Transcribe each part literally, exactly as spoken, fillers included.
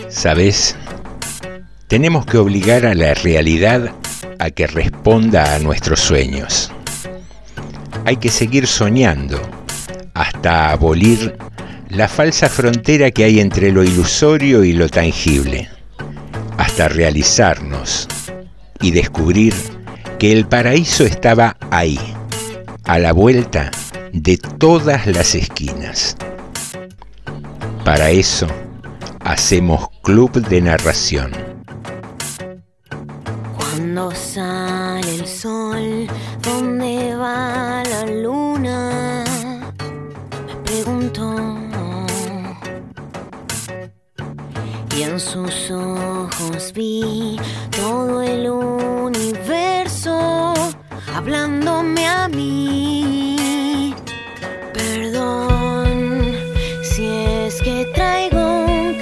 ¿Sabes? Tenemos que obligar a la realidad a que responda a nuestros sueños. Hay que seguir soñando hasta abolir la falsa frontera que hay entre lo ilusorio y lo tangible, hasta realizarnos y descubrir que el paraíso estaba ahí, a la vuelta de todas las esquinas. Para eso hacemos Club de Narración. Cuando sale el sol, ¿dónde va la luna? Me pregunto. Y en sus ojos vi todo el universo hablándome a mí. Perdón si es que traigo un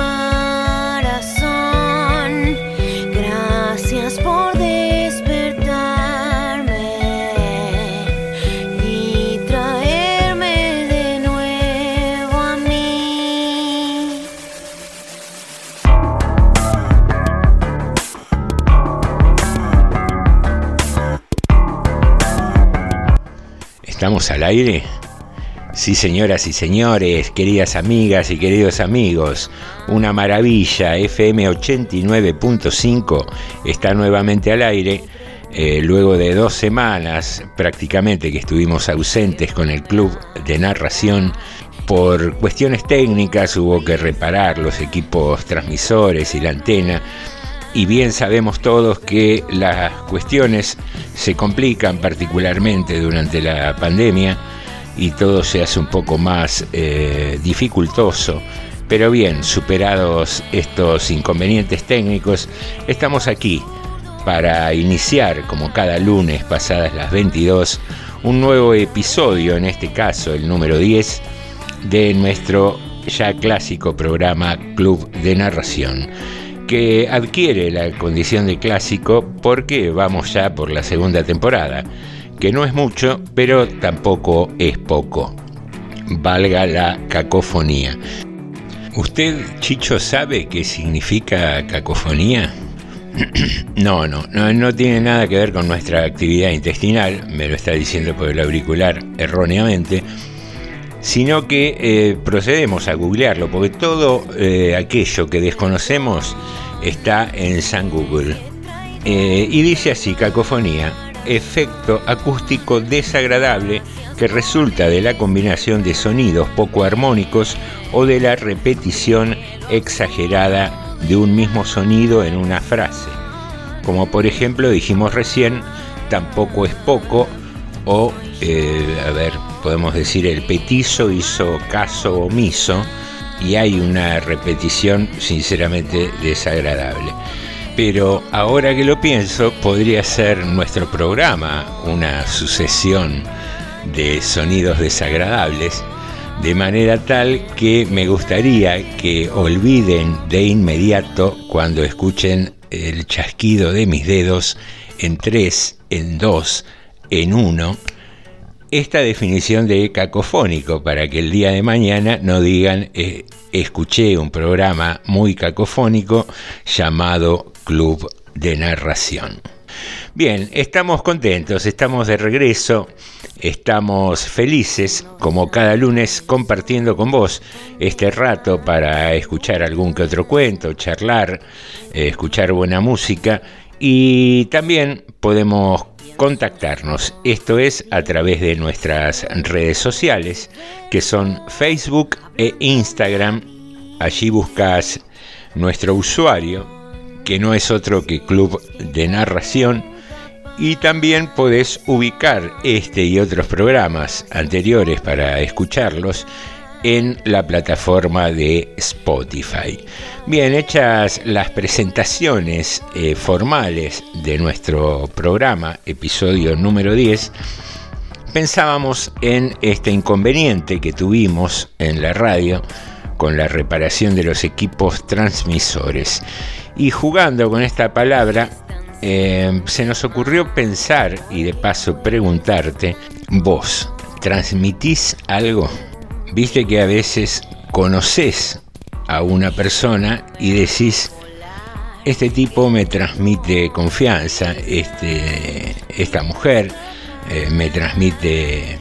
caparazón. Gracias por despertarme y traerme de nuevo a mí. ¿Estamos al aire? Sí, señoras y señores, queridas amigas y queridos amigos, una maravilla. F M ochenta y nueve punto cinco está nuevamente al aire, eh, luego de dos semanas prácticamente que estuvimos ausentes con el Club de Narración. Por cuestiones técnicas hubo que reparar los equipos transmisores y la antena, y bien sabemos todos que las cuestiones se complican particularmente durante la pandemia y todo se hace un poco más eh, dificultoso. Pero bien, superados estos inconvenientes técnicos, estamos aquí para iniciar, como cada lunes pasadas las veintidós, un nuevo episodio, en este caso el número diez, de nuestro ya clásico programa Club de Narración, que adquiere la condición de clásico porque vamos ya por la segunda temporada, que no es mucho, pero tampoco es poco. Valga la cacofonía. ¿Usted, Chicho, sabe qué significa cacofonía? No, no, no, no tiene nada que ver con nuestra actividad intestinal, me lo está diciendo por el auricular erróneamente, sino que eh, procedemos a googlearlo, porque todo eh, aquello que desconocemos está en San Google. Eh, y dice así: cacofonía, efecto acústico desagradable que resulta de la combinación de sonidos poco armónicos o de la repetición exagerada de un mismo sonido en una frase, como por ejemplo dijimos recién, tampoco es poco, o eh, a ver, podemos decir el petizo hizo caso omiso, y hay una repetición sinceramente desagradable. Pero ahora que lo pienso, podría ser nuestro programa una sucesión de sonidos desagradables, de manera tal que me gustaría que olviden de inmediato cuando escuchen el chasquido de mis dedos en tres, en dos, en uno, esta definición de cacofónico, para que el día de mañana no digan eh, escuché un programa muy cacofónico llamado Club de Narración. Bien, estamos contentos, estamos de regreso, estamos felices, como cada lunes, compartiendo con vos este rato para escuchar algún que otro cuento, charlar, eh, escuchar buena música, y también podemos contactarnos, esto es a través de nuestras redes sociales, que son Facebook e Instagram. Allí buscas nuestro usuario, que no es otro que Club de Narración, y también podés ubicar este y otros programas anteriores para escucharlos en la plataforma de Spotify. Bien, hechas las presentaciones eh, formales de nuestro programa, episodio número diez, pensábamos en este inconveniente que tuvimos en la radio con la reparación de los equipos transmisores. Y jugando con esta palabra, eh, se nos ocurrió pensar, y de paso preguntarte, ¿vos transmitís algo? Viste que a veces conocés a una persona y decís, este tipo me transmite confianza, este, esta mujer eh, me transmite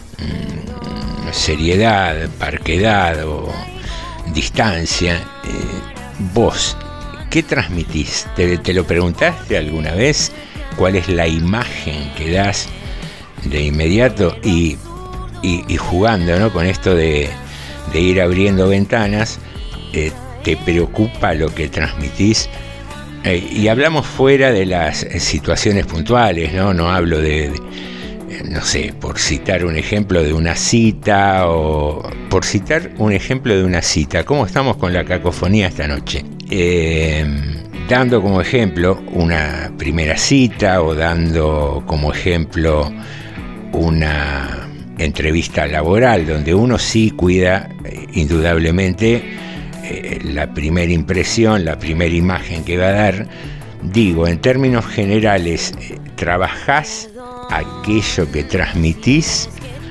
mmm, seriedad, parquedad o distancia. Eh, vos, ¿qué transmitís? ¿Te, ¿Te lo preguntaste alguna vez? ¿Cuál es la imagen que das de inmediato? Y, y, y jugando, ¿no?, con esto de, de ir abriendo ventanas, eh, ¿te preocupa lo que transmitís? Eh, y hablamos fuera de las situaciones puntuales, ¿no? No hablo de, de, no sé, por citar un ejemplo de una cita o por citar un ejemplo de una cita. ¿Cómo estamos con la cacofonía esta noche? Eh, dando como ejemplo una primera cita o dando como ejemplo una entrevista laboral donde uno sí cuida eh, indudablemente eh, la primera impresión, la primera imagen que va a dar. Digo, en términos generales, eh, ¿trabajás aquello que transmitís?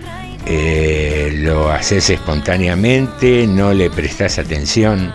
Eh, ¿lo haces espontáneamente? ¿No le prestás atención?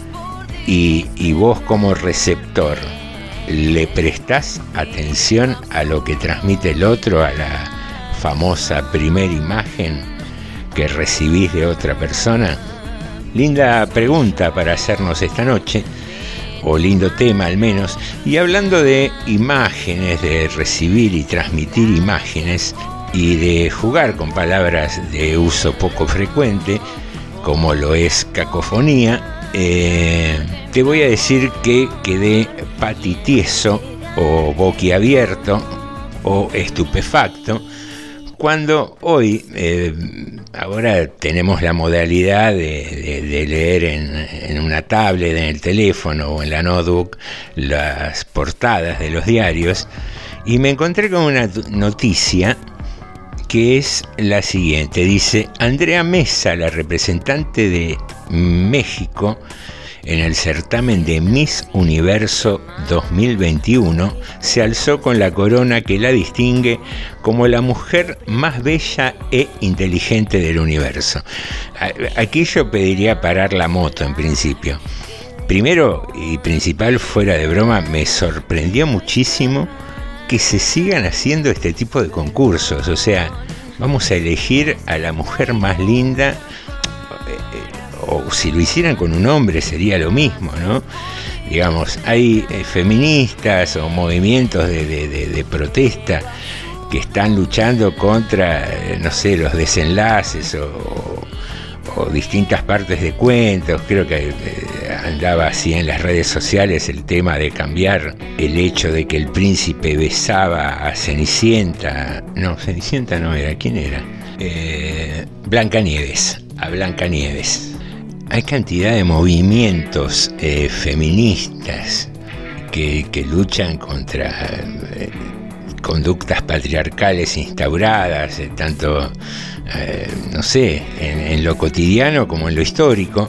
Y, y vos como receptor, ¿le prestás atención a lo que transmite el otro, a la famosa primera imagen que recibís de otra persona? Linda pregunta para hacernos esta noche, o lindo tema al menos. Y hablando de imágenes, de recibir y transmitir imágenes y de jugar con palabras de uso poco frecuente, como lo es cacofonía, eh, te voy a decir que quedé patitieso o boquiabierto o estupefacto cuando hoy, eh, ahora tenemos la modalidad de, de, de leer en, en una tablet, en el teléfono o en la notebook las portadas de los diarios, y me encontré con una noticia que es la siguiente. Dice: Andrea Mesa, la representante de México en el certamen de Miss Universo dos mil veintiuno, se alzó con la corona que la distingue como la mujer más bella e inteligente del universo. Aquí yo pediría parar la moto en principio. Primero y principal, fuera de broma, me sorprendió muchísimo que se sigan haciendo este tipo de concursos. O sea, vamos a elegir a la mujer más linda, o si lo hicieran con un hombre sería lo mismo, ¿no? Digamos, hay eh, feministas o movimientos de, de, de, de protesta que están luchando contra, eh, no sé, los desenlaces o, o, o distintas partes de cuentos. Creo que eh, andaba así en las redes sociales el tema de cambiar el hecho de que el príncipe besaba a Cenicienta. No, Cenicienta no era, ¿quién era? Eh, Blancanieves, a Blancanieves. Hay cantidad de movimientos eh, feministas que, que luchan contra eh, conductas patriarcales instauradas, eh, tanto, eh, no sé, en, en lo cotidiano como en lo histórico,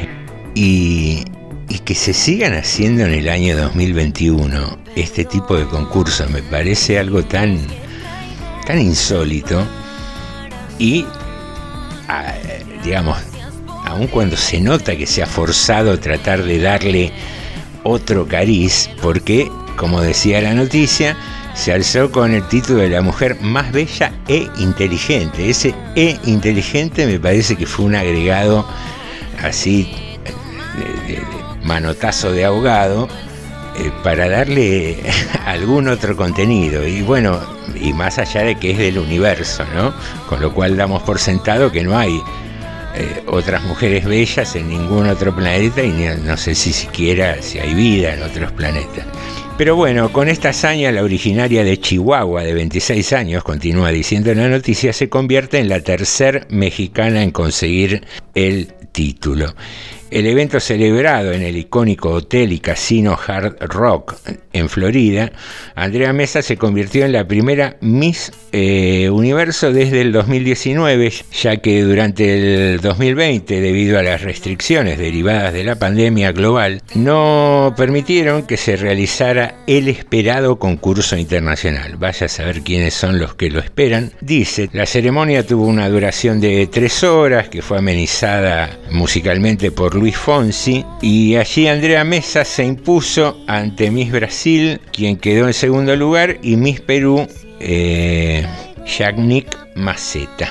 y, y que se sigan haciendo en el año dos mil veintiuno este tipo de concursos me parece algo tan, tan insólito y, ah, digamos, aun cuando se nota que se ha forzado tratar de darle otro cariz, porque, como decía la noticia, se alzó con el título de la mujer más bella e inteligente. Ese e inteligente me parece que fue un agregado así de, de, de manotazo de ahogado eh, para darle algún otro contenido. Y bueno, y más allá de que es del universo, ¿no? Con lo cual damos por sentado que no hay Eh, otras mujeres bellas en ningún otro planeta, y no, no sé si siquiera si hay vida en otros planetas. Pero bueno, con esta hazaña, la originaria de Chihuahua, de veintiséis años, continúa diciendo la noticia, se convierte en la tercer mexicana en conseguir el título. El evento, celebrado en el icónico hotel y casino Hard Rock en Florida, Andrea Mesa se convirtió en la primera Miss eh, Universo desde el dos mil diecinueve, ya que durante el dos mil veinte, debido a las restricciones derivadas de la pandemia global, no permitieron que se realizara el esperado concurso internacional. Vaya a saber quiénes son los que lo esperan. Dice, la ceremonia tuvo una duración de tres horas, que fue amenizada musicalmente por Luis Fonsi, y allí Andrea Mesa se impuso ante Miss Brasil, quien quedó en segundo lugar, y Miss Perú, eh, Yannick Maceta.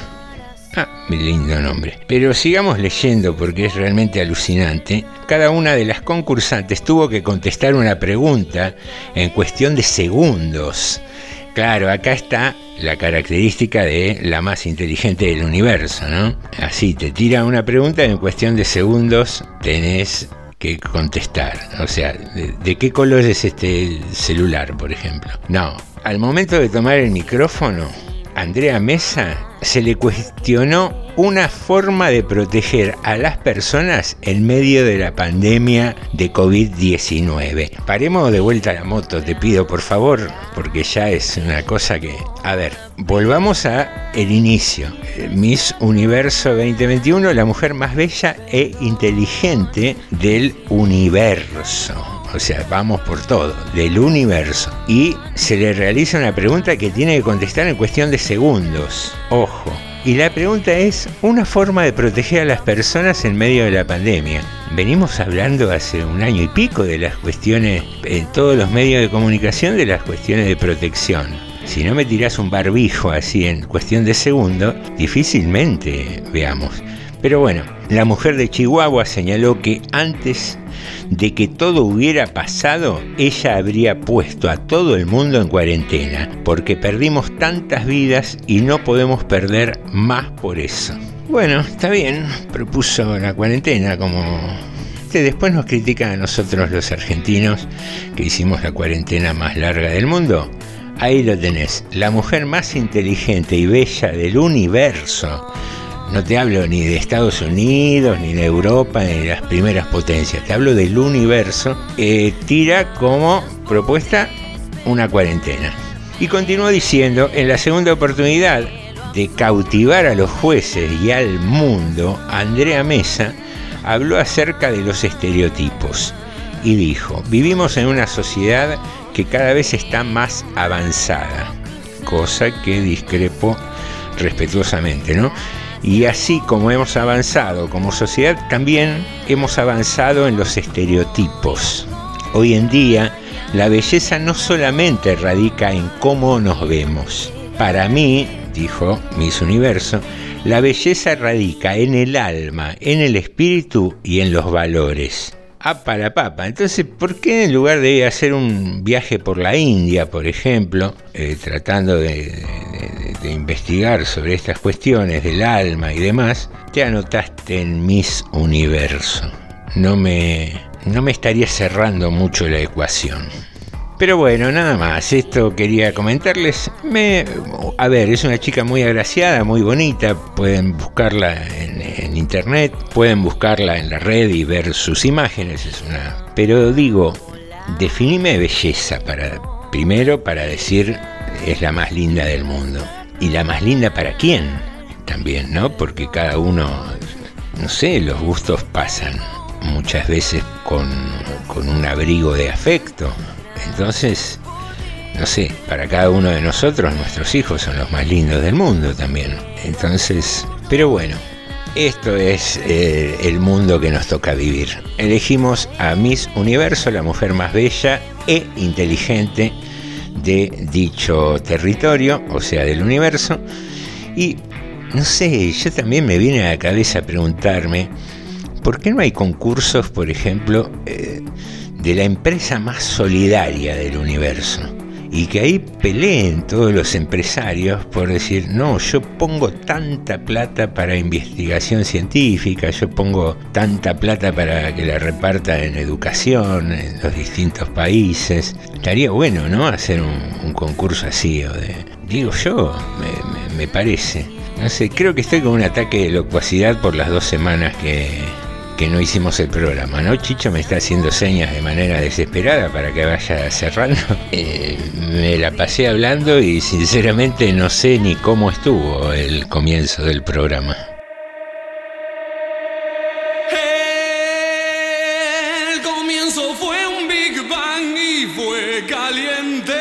Ah, mi lindo nombre. Pero sigamos leyendo porque es realmente alucinante. Cada una de las concursantes tuvo que contestar una pregunta en cuestión de segundos. Claro, acá está la característica de la más inteligente del universo, ¿no? Así, te tira una pregunta y en cuestión de segundos tenés que contestar. O sea, ¿de, de qué color es este celular, por ejemplo? No, al momento de tomar el micrófono, Andrea Mesa se le cuestionó una forma de proteger a las personas en medio de la pandemia de covid diecinueve. Paremos de vuelta a la moto, te pido por favor, porque ya es una cosa que... A ver, volvamos a el inicio. Miss Universo veinte veintiuno, la mujer más bella e inteligente del universo. O sea, vamos por todo, del universo. Y se le realiza una pregunta que tiene que contestar en cuestión de segundos. Ojo. Y la pregunta es, una forma de proteger a las personas en medio de la pandemia. Venimos hablando hace un año y pico de las cuestiones, en todos los medios de comunicación, de las cuestiones de protección. Si no me tirás un barbijo así en cuestión de segundos, difícilmente veamos. Pero bueno, la mujer de Chihuahua señaló que antes de que todo hubiera pasado, ella habría puesto a todo el mundo en cuarentena, porque perdimos tantas vidas y no podemos perder más por eso. Bueno, está bien, propuso la cuarentena como... Después nos critican a nosotros los argentinos que hicimos la cuarentena más larga del mundo. Ahí lo tenés, la mujer más inteligente y bella del universo. No te hablo ni de Estados Unidos, ni de Europa, ni de las primeras potencias. Te hablo del universo. Eh, tira como propuesta una cuarentena. Y continuó diciendo, en la segunda oportunidad de cautivar a los jueces y al mundo, Andrea Mesa habló acerca de los estereotipos. Y dijo, vivimos en una sociedad que cada vez está más avanzada. Cosa que discrepo respetuosamente, ¿no? Y así como hemos avanzado como sociedad, también hemos avanzado en los estereotipos. Hoy en día, la belleza no solamente radica en cómo nos vemos. Para mí, dijo Miss Universo, la belleza radica en el alma, en el espíritu y en los valores. Ah, para papa. Entonces, ¿por qué en lugar de hacer un viaje por la India, por ejemplo, eh, tratando de, de, de investigar sobre estas cuestiones del alma y demás, te anotaste en Miss Universo? No me, no me estaría cerrando mucho la ecuación. Pero bueno, nada más, esto quería comentarles. Me, a ver, es una chica muy agraciada, muy bonita, pueden buscarla en, en internet, pueden buscarla en la red y ver sus imágenes, es una... Pero digo, definime belleza para, primero para decir es la más linda del mundo. ¿Y la más linda para quién? También, ¿no? Porque cada uno, no sé, los gustos pasan muchas veces con, con un abrigo de afecto. Entonces, no sé, para cada uno de nosotros, nuestros hijos son los más lindos del mundo también. Entonces, pero bueno, esto es eh, el mundo que nos toca vivir. Elegimos a Miss Universo, la mujer más bella e inteligente de dicho territorio, o sea, del universo. Y, no sé, yo también me viene a la cabeza preguntarme, ¿por qué no hay concursos, por ejemplo, eh, de la empresa más solidaria del universo? Y que ahí peleen todos los empresarios por decir, no, yo pongo tanta plata para investigación científica, yo pongo tanta plata para que la reparta en educación en los distintos países. Estaría bueno, ¿no? Hacer un, un concurso así, o de, digo yo, me, me, me parece. No sé, creo que estoy con un ataque de locuacidad por las dos semanas que... que no hicimos el programa, ¿no? Chicho me está haciendo señas de manera desesperada para que vaya cerrando. Eh, me la pasé hablando y sinceramente no sé ni cómo estuvo el comienzo del programa. El comienzo fue un Big Bang y fue caliente.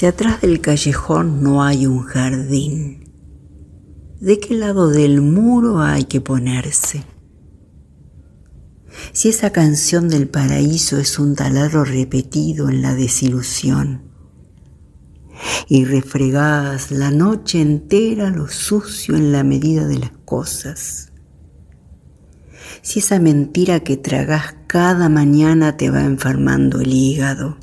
Si atrás del callejón no hay un jardín, ¿de qué lado del muro hay que ponerse? Si esa canción del paraíso es un taladro repetido en la desilusión, y refregás la noche entera lo sucio en la medida de las cosas, si esa mentira que tragás cada mañana te va enfermando el hígado,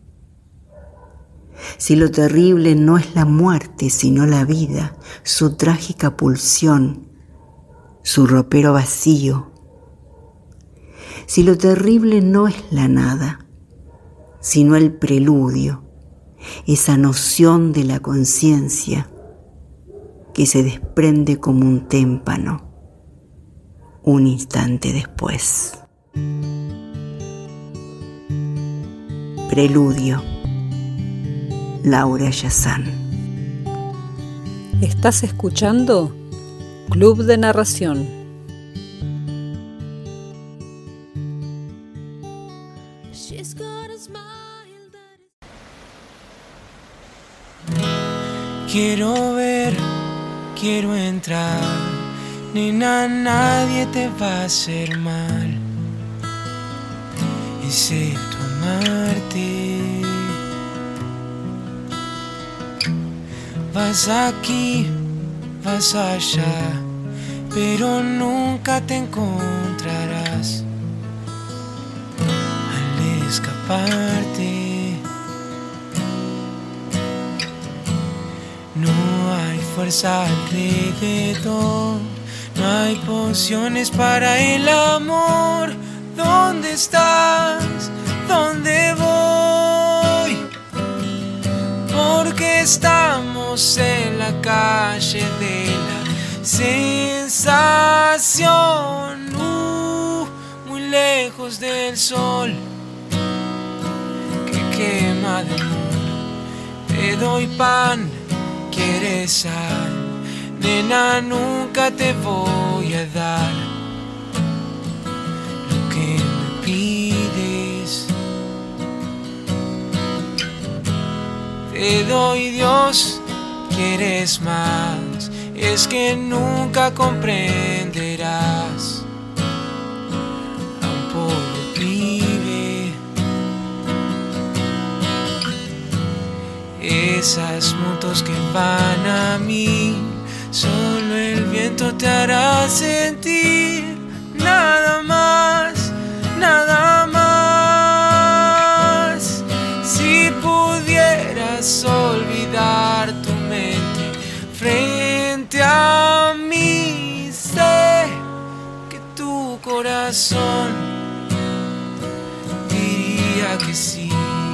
si lo terrible no es la muerte sino la vida, su trágica pulsión, su ropero vacío, si lo terrible no es la nada, sino el preludio, esa noción de la conciencia que se desprende como un témpano un instante después. Preludio, Laura Yazán. ¿Estás escuchando? Club de Narración. Quiero ver, quiero entrar, nena, nadie te va a hacer mal, excepto amarte. Vas aquí, vas allá, pero nunca te encontrarás al escaparte. No hay fuerza alrededor, no hay pociones para el amor. ¿Dónde estás? ¿Dónde voy? Porque estamos en la calle de la sensación, uh, muy lejos del sol que quema de amor. Te doy pan, quieres sal, nena, nunca te voy a dar lo que me pides. Te doy Dios, quieres más, es que nunca comprenderás a un pobre pibe. Esas motos que van a mí, solo el viento te hará sentir. Nada más, nada más. Si pudieras olvidar tu mente frente a mí, sé que tu corazón diría que sí.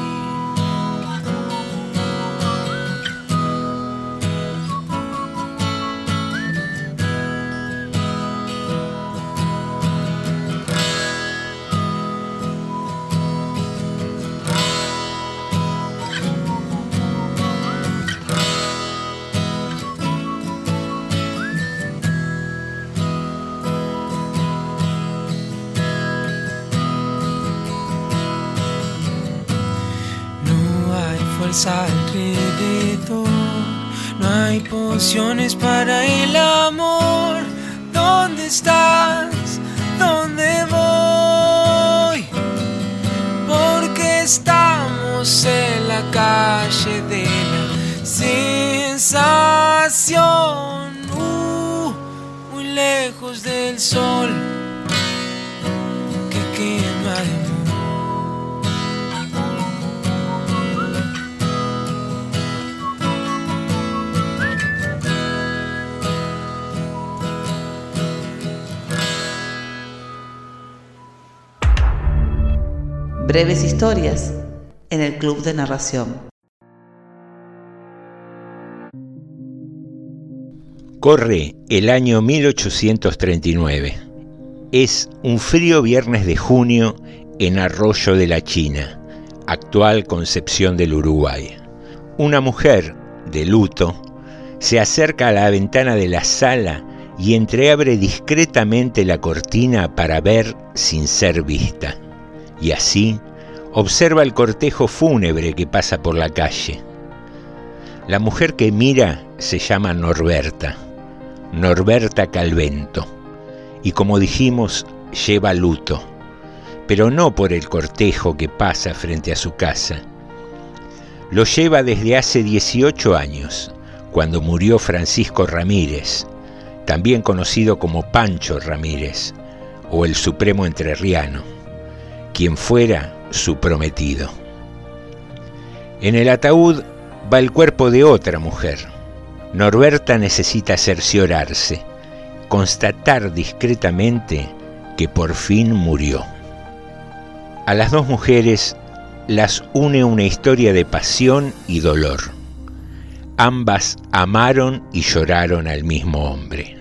Alrededor no hay pociones para el amor. ¿Dónde estás? ¿Dónde voy? Porque estamos en la calle de la sensación, uh, muy lejos del sol que quema de amor. Breves historias en el Club de Narración. Corre el año mil ochocientos treinta y nueve. Es un frío viernes de junio en Arroyo de la China, actual Concepción del Uruguay. Una mujer, de luto, se acerca a la ventana de la sala y entreabre discretamente la cortina para ver sin ser vista. Y así observa el cortejo fúnebre que pasa por la calle. La mujer que mira se llama Norberta, Norberta Calvento, y como dijimos, lleva luto, pero no por el cortejo que pasa frente a su casa. Lo lleva desde hace dieciocho años, cuando murió Francisco Ramírez, también conocido como Pancho Ramírez, o el Supremo Entrerriano, quien fuera su prometido. En el ataúd va el cuerpo de otra mujer. Norberta necesita cerciorarse, constatar discretamente que por fin murió. A las dos mujeres las une una historia de pasión y dolor. Ambas amaron y lloraron al mismo hombre.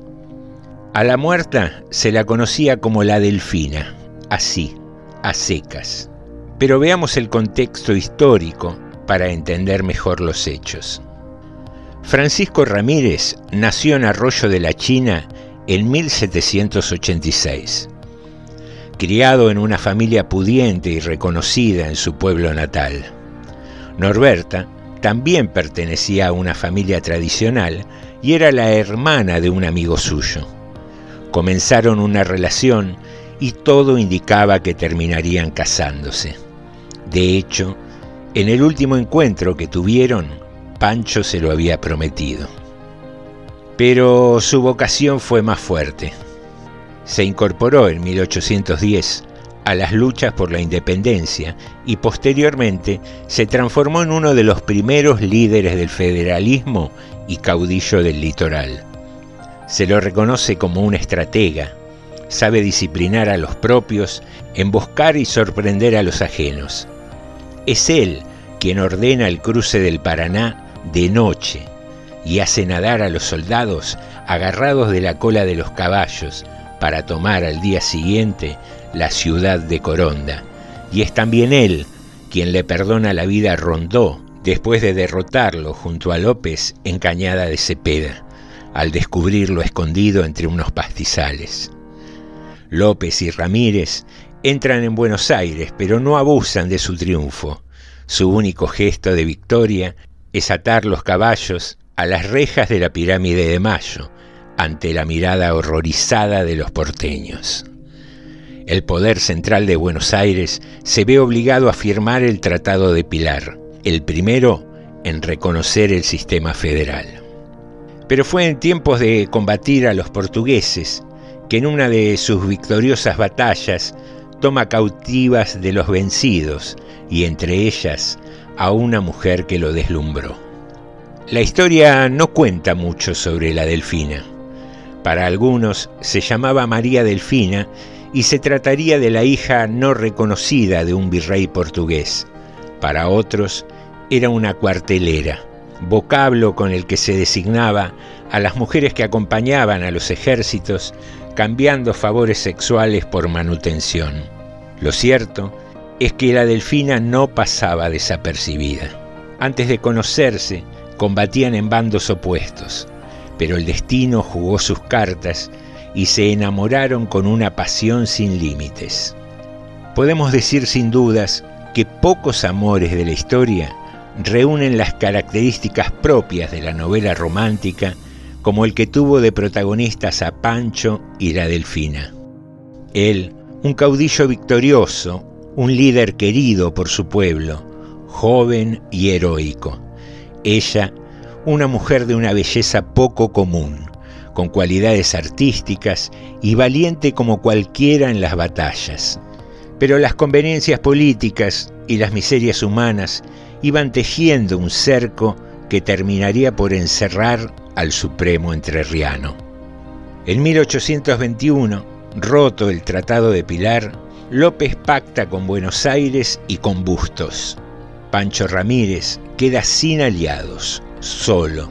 A la muerta se la conocía como la Delfina, así, a secas. Pero veamos el contexto histórico para entender mejor los hechos. Francisco Ramírez nació en Arroyo de la China en mil setecientos ochenta y seis. Criado en una familia pudiente y reconocida en su pueblo natal. Norberta también pertenecía a una familia tradicional y era la hermana de un amigo suyo. Comenzaron una relación y todo indicaba que terminarían casándose. De hecho, en el último encuentro que tuvieron, Pancho se lo había prometido. Pero su vocación fue más fuerte. Se incorporó en mil ochocientos diez a las luchas por la independencia y posteriormente se transformó en uno de los primeros líderes del federalismo y caudillo del litoral. Se lo reconoce como un estratega, sabe disciplinar a los propios, emboscar y sorprender a los ajenos. Es él quien ordena el cruce del Paraná de noche y hace nadar a los soldados agarrados de la cola de los caballos para tomar al día siguiente la ciudad de Coronda. Y es también él quien le perdona la vida a Rondó después de derrotarlo junto a López en Cañada de Cepeda, al descubrirlo escondido entre unos pastizales. López y Ramírez entran en Buenos Aires, pero no abusan de su triunfo. Su único gesto de victoria es atar los caballos a las rejas de la Pirámide de Mayo, ante la mirada horrorizada de los porteños. El poder central de Buenos Aires se ve obligado a firmar el Tratado de Pilar, el primero en reconocer el sistema federal. Pero fue en tiempos de combatir a los portugueses que en una de sus victoriosas batallas toma cautivas de los vencidos y entre ellas a una mujer que lo deslumbró. La historia no cuenta mucho sobre la Delfina. Para algunos se llamaba María Delfina y se trataría de la hija no reconocida de un virrey portugués. Para otros era una cuartelera, vocablo con el que se designaba a las mujeres que acompañaban a los ejércitos cambiando favores sexuales por manutención. Lo cierto es que la Delfina no pasaba desapercibida. Antes de conocerse, combatían en bandos opuestos, pero el destino jugó sus cartas y se enamoraron con una pasión sin límites. Podemos decir sin dudas que pocos amores de la historia reúnen las características propias de la novela romántica como el que tuvo de protagonistas a Pancho y la Delfina. Él, un caudillo victorioso, un líder querido por su pueblo, joven y heroico. Ella, una mujer de una belleza poco común, con cualidades artísticas y valiente como cualquiera en las batallas. Pero las conveniencias políticas y las miserias humanas iban tejiendo un cerco que terminaría por encerrar al Supremo Entrerriano. En mil ochocientos veintiuno, roto el Tratado de Pilar, López pacta con Buenos Aires y con Bustos. Pancho Ramírez queda sin aliados, solo,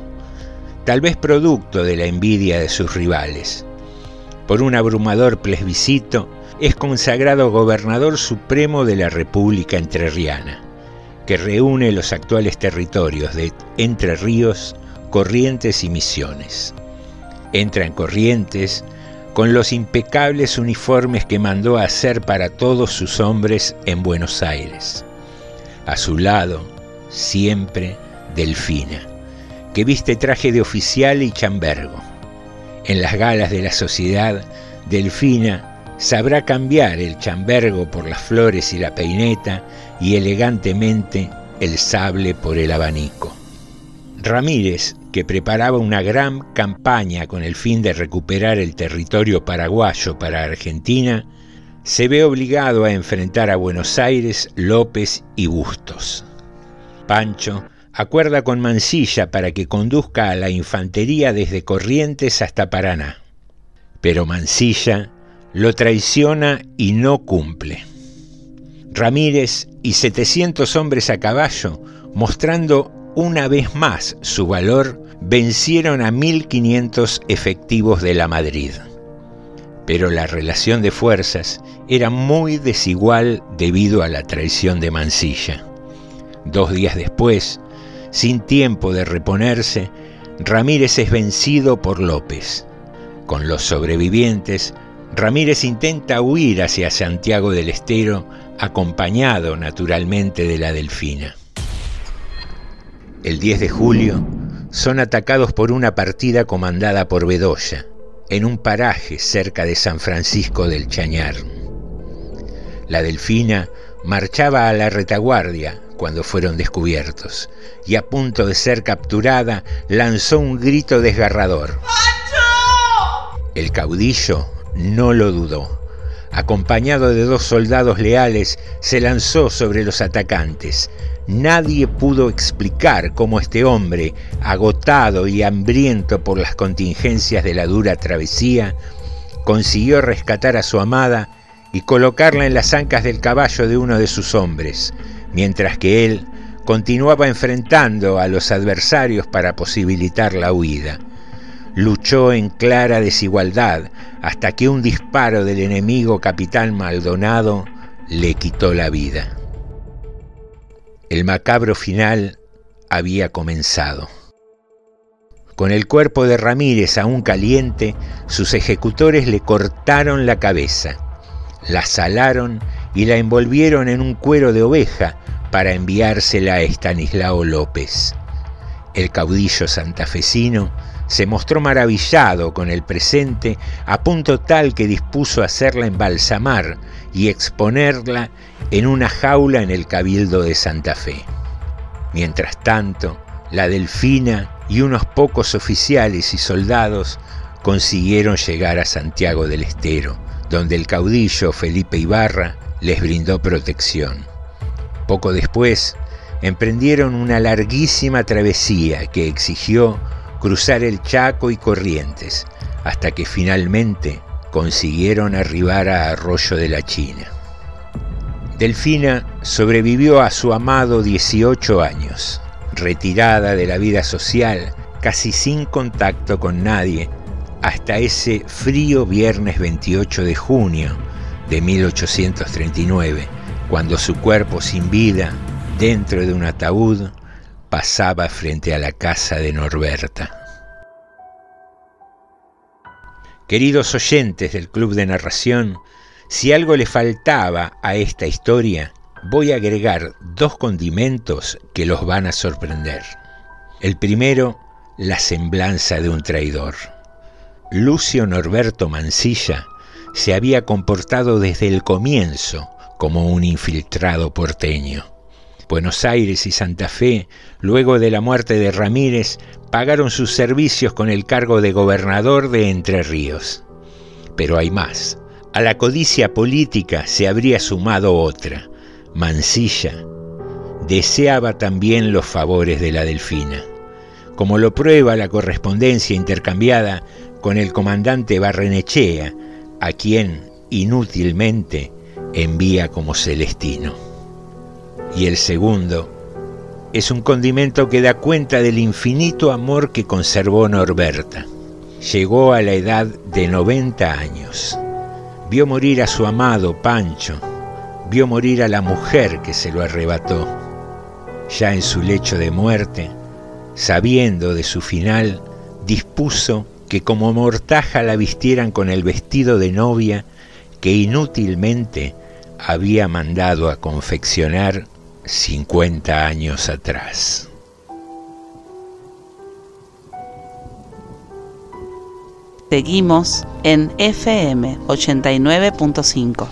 tal vez producto de la envidia de sus rivales. Por un abrumador plebiscito, es consagrado gobernador supremo de la República Entrerriana, que reúne los actuales territorios de Entre Ríos, Corrientes y Misiones. Entra en Corrientes con los impecables uniformes que mandó a hacer para todos sus hombres en Buenos Aires. A su lado, siempre, Delfina, que viste traje de oficial y chambergo. En las galas de la sociedad, Delfina sabrá cambiar el chambergo por las flores y la peineta y elegantemente el sable por el abanico. Ramírez, que preparaba una gran campaña con el fin de recuperar el territorio paraguayo para Argentina, se ve obligado a enfrentar a Buenos Aires, López y Bustos. Pancho acuerda con Mansilla para que conduzca a la infantería desde Corrientes hasta Paraná, pero Mansilla lo traiciona y no cumple. Ramírez y setecientos hombres a caballo, mostrando una vez más su valor, vencieron a mil quinientos efectivos de la Madrid. Pero la relación de fuerzas era muy desigual debido a la traición de Mansilla. Dos días después, sin tiempo de reponerse, Ramírez es vencido por López. Con los sobrevivientes, Ramírez intenta huir hacia Santiago del Estero, acompañado naturalmente de la Delfina. El diez de julio son atacados por una partida comandada por Bedoya, en un paraje cerca de San Francisco del Chañar. La Delfina marchaba a la retaguardia cuando fueron descubiertos, y a punto de ser capturada, lanzó un grito desgarrador. ¡Pancho! El caudillo no lo dudó. Acompañado de dos soldados leales, se lanzó sobre los atacantes. Nadie pudo explicar cómo este hombre, agotado y hambriento por las contingencias de la dura travesía, consiguió rescatar a su amada y colocarla en las ancas del caballo de uno de sus hombres, mientras que él continuaba enfrentando a los adversarios para posibilitar la huida. Luchó en clara desigualdad hasta que un disparo del enemigo capitán Maldonado le quitó la vida. El macabro final había comenzado. Con el cuerpo de Ramírez aún caliente, sus ejecutores le cortaron la cabeza, la salaron y la envolvieron en un cuero de oveja para enviársela a Estanislao López. El caudillo santafesino se mostró maravillado con el presente, a punto tal que dispuso hacerla embalsamar y exponerla en una jaula en el Cabildo de Santa Fe. Mientras tanto, la Delfina y unos pocos oficiales y soldados consiguieron llegar a Santiago del Estero, donde el caudillo Felipe Ibarra les brindó protección. Poco después, emprendieron una larguísima travesía que exigió cruzar el Chaco y Corrientes, hasta que finalmente consiguieron arribar a Arroyo de la China. Delfina sobrevivió a su amado dieciocho años, retirada de la vida social, casi sin contacto con nadie, hasta ese frío viernes veintiocho de junio de mil ochocientos treinta y nueve, cuando su cuerpo sin vida, dentro de un ataúd, pasaba frente a la casa de Norberta. Queridos oyentes del Club de Narración, si algo le faltaba a esta historia, voy a agregar dos condimentos que los van a sorprender. El primero, la semblanza de un traidor. Lucio Norberto Mansilla se había comportado desde el comienzo como un infiltrado porteño. Buenos Aires y Santa Fe, luego de la muerte de Ramírez, pagaron sus servicios con el cargo de gobernador de Entre Ríos. Pero hay más. A la codicia política se habría sumado otra. Mansilla deseaba también los favores de la Delfina, como lo prueba la correspondencia intercambiada con el comandante Barrenechea, a quien inútilmente envía como Celestino. Y el segundo es un condimento que da cuenta del infinito amor que conservó Norberta. Llegó a la edad de noventa años. Vio morir a su amado Pancho, vio morir a la mujer que se lo arrebató. Ya en su lecho de muerte, sabiendo de su final, dispuso que como mortaja la vistieran con el vestido de novia que inútilmente había mandado a confeccionar cincuenta años atrás. Seguimos en F M ochenta y nueve punto cinco.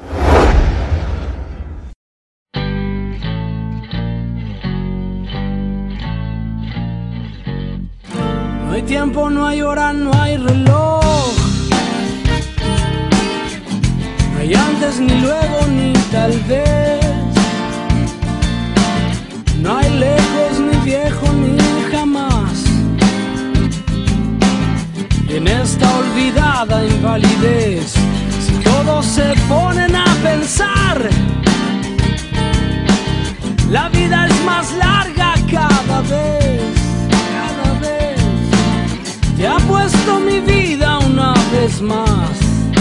No hay tiempo, no hay hora, no hay reloj. No hay antes, ni luego, ni tal vez. No hay lejos, ni viejo, ni jamás. Y en esta olvidada invalidez, si todos se ponen a pensar, la vida es más larga cada vez, cada vez. Te apuesto mi vida una vez más.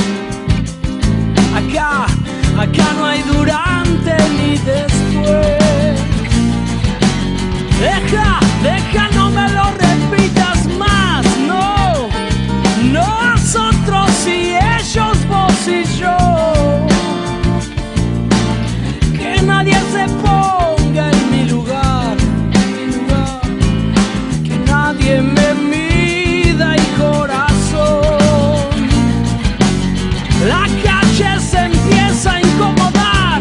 Acá, acá no hay durante ni después. Deja, deja, no me lo repitas más. No, nosotros y ellos, vos y yo. Que nadie se ponga en mi lugar, mi lugar. Que nadie me mida y corazón. La calle se empieza a incomodar.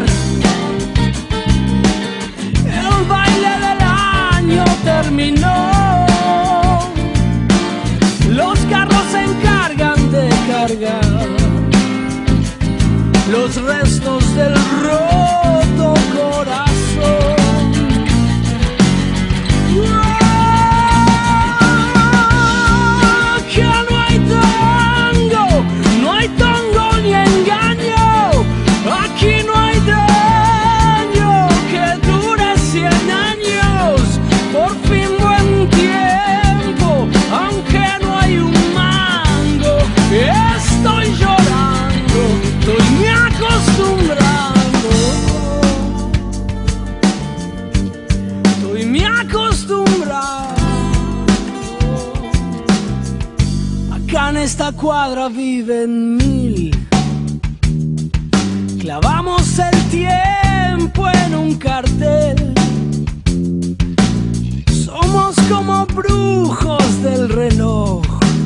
El baile del año terminó. Los carros se encargan de cargar los restos del roto corazón. Que no hay tango, no hay tango ni engaño. Aquí no hay daño que dure cien años. Por fin buen tiempo, aunque no hay un mango. Estoy llorando, estoy me acostumbrando. Estoy me acostumbrando. Acá en esta cuadra viven mil. Clavamos el tiempo en un cartel. Somos como brujos del reloj.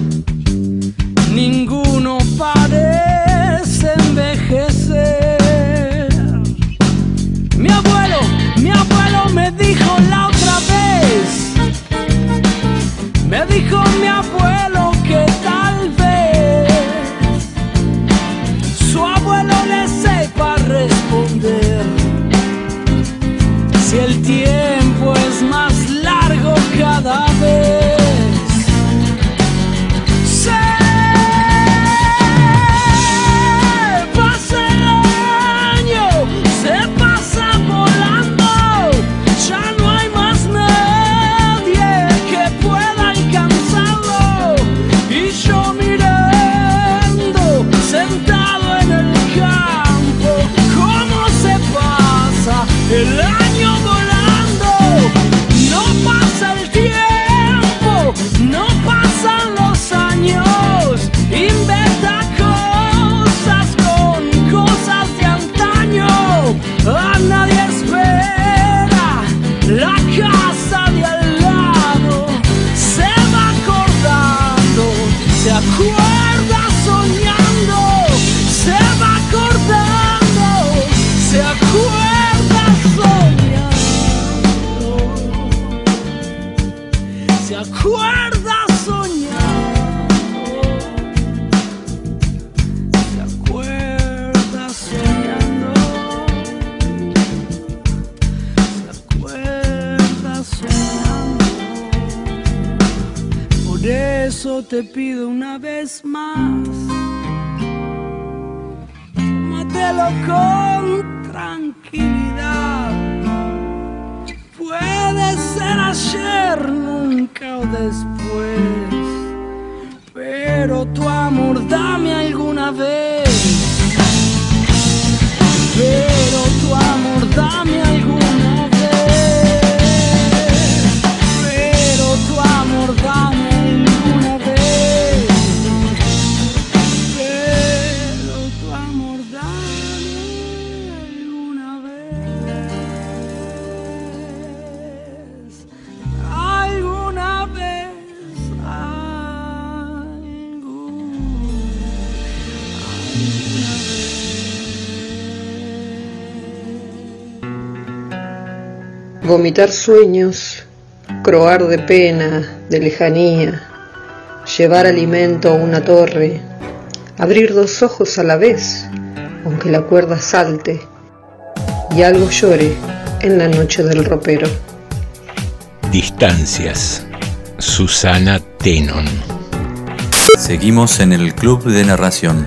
Ninguno parece envejecer. Mi abuelo, mi abuelo me dijo la otra vez. Me dijo mi abuelo que tal vez su abuelo le sepa responder. Si el tiempo es más largo cada vez. Se pasa el año, se pasa volando. Ya no hay más nadie que pueda alcanzarlo. Y yo mirando, sentado en el campo, cómo se pasa el año volando. No pasa el tiempo, no pasan los años. Inventa cosas con cosas de antaño. A nadie espera, la casa de al lado se va acordando, se acuerda soñando, se va acordando, se acuerda soñando, se acuerda soñando, se acuerda soñando, se acuerda soñando. Por eso te pido una vez más, tómatelo con tranquilidad. Puede ser ayer, nunca o después, pero tu amor dame alguna vez. Pero tu amor dame alguna vez. Pero tu amor dame alguna vez. Pero tu amor dame alguna vez. Alguna vez, alguna vomitar sueños, croar de pena, de lejanía, llevar alimento a una torre, abrir dos ojos a la vez, aunque la cuerda salte, y algo llore en la noche del ropero. Distancias, Susana Tenon. Seguimos en el Club de Narración.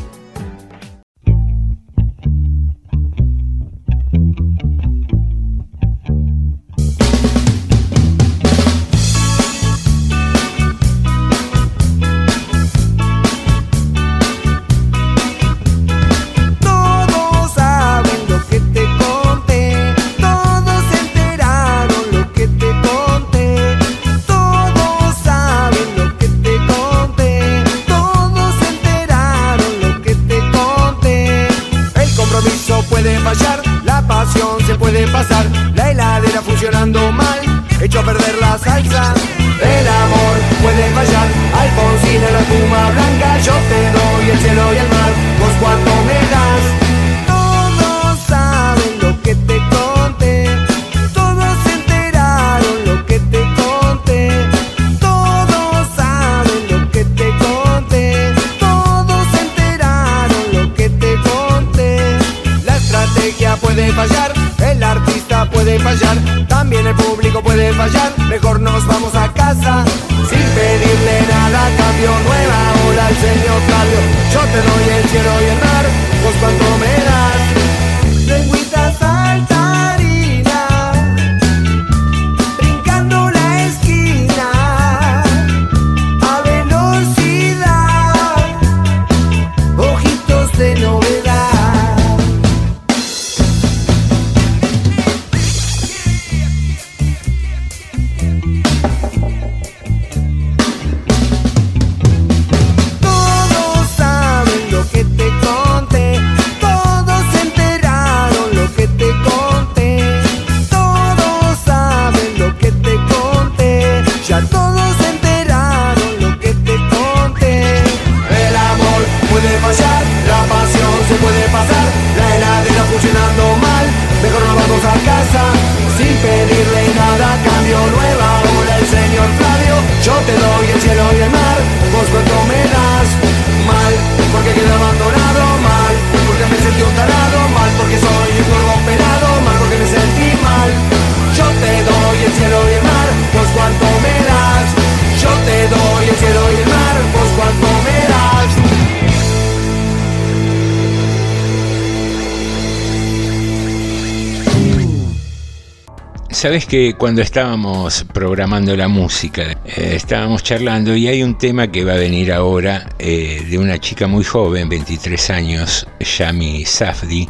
Sabes que cuando estábamos programando la música, eh, estábamos charlando y hay un tema que va a venir ahora eh, de una chica muy joven, veintitrés años, Yami Safdie,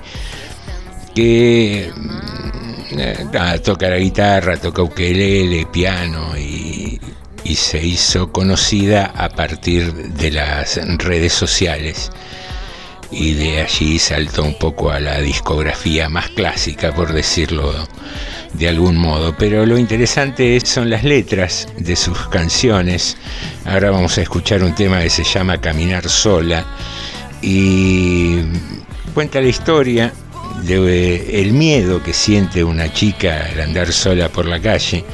que eh, nada, toca la guitarra, toca ukelele, piano y, y se hizo conocida a partir de las redes sociales. Y de allí saltó un poco a la discografía más clásica, por decirlo de algún modo. Pero lo interesante son las letras de sus canciones. Ahora vamos a escuchar un tema que se llama Caminar Sola y cuenta la historia de el miedo que siente una chica al andar sola por la calle.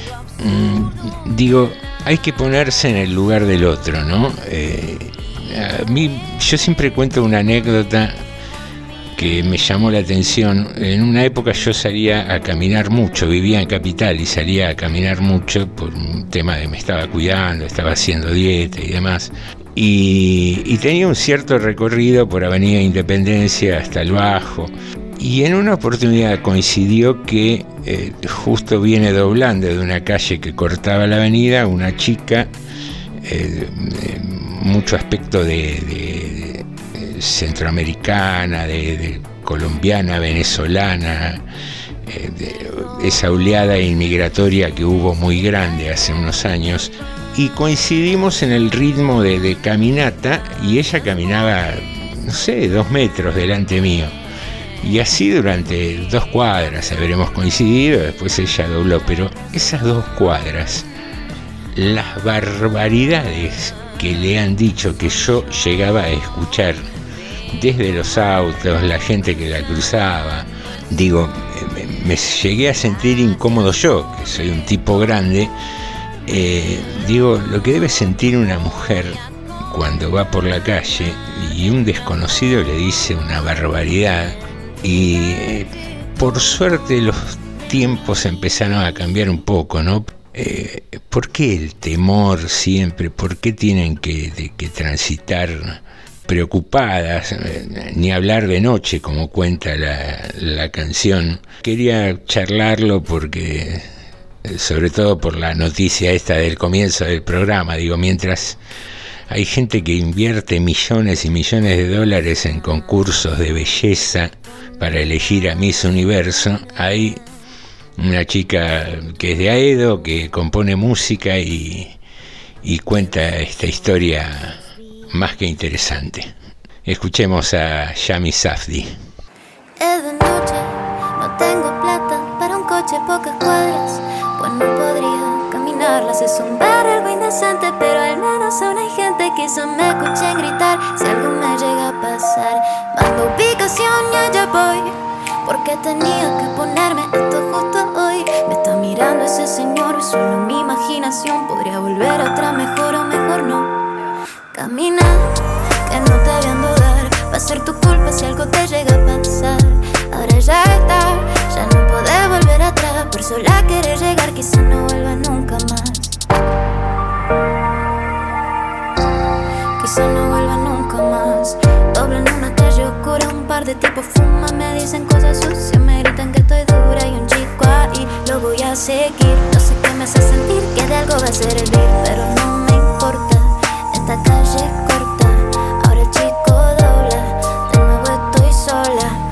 Mm, digo, hay que ponerse en el lugar del otro, ¿no? Eh, A mí, yo siempre cuento una anécdota que me llamó la atención. En una época yo salía a caminar mucho, vivía en Capital y salía a caminar mucho por un tema de me estaba cuidando, estaba haciendo dieta y demás. Y, y tenía un cierto recorrido por Avenida Independencia hasta el Bajo. Y en una oportunidad coincidió que eh, justo viene doblando de una calle que cortaba la avenida una chica, eh, eh, mucho aspecto de, de, de centroamericana, de, de colombiana, venezolana, eh, de esa oleada inmigratoria que hubo muy grande hace unos años, y coincidimos en el ritmo de, de caminata, y ella caminaba, no sé, dos metros delante mío, y así durante dos cuadras habremos coincidido. Después ella dobló, pero esas dos cuadras, las barbaridades que le han dicho que yo llegaba a escuchar desde los autos, la gente que la cruzaba, digo, me, me llegué a sentir incómodo yo, que soy un tipo grande. Eh, digo, lo que debe sentir una mujer cuando va por la calle y un desconocido le dice una barbaridad. Y eh, por suerte los tiempos empezaron a cambiar un poco, ¿no? Eh, ¿Por qué el temor siempre? ¿Por qué tienen que, de, que transitar preocupadas? Eh, ni hablar de noche, como cuenta la, la canción. Quería charlarlo porque, eh, sobre todo por la noticia esta del comienzo del programa, digo, mientras hay gente que invierte millones y millones de dólares en concursos de belleza para elegir a Miss Universo, hay una chica que es de Aedo, que compone música y, y cuenta esta historia más que interesante. Escuchemos a Yami Safdie. Es de noche, no tengo plata para un coche, pocas cuadras, pues no podría caminarlas. Es un barrio algo indecente, pero al menos aún hay gente que se me escuchen gritar si algo me llega a pasar. Mando ubicación y allá voy, porque tenía que ponerme esto justo hoy. Me está mirando ese señor, solo mi imaginación podría volver atrás, mejor o mejor no. Camina, que no te vean dudar, va a ser tu culpa si algo te llega a pasar. Ahora ya está, ya no podés volver atrás, por sola querer llegar, quizá no vuelva nunca más. Quizá no vuelva nunca más. Doblo en una calle oscura, un par de tipos fuman, me dicen cosas sucias, me gritan que estoy dura y un chico ahí lo voy a seguir. No sé qué me hace sentir, que de algo va a servir, pero no me importa, esta calle es corta. Ahora el chico dobla, de nuevo estoy sola.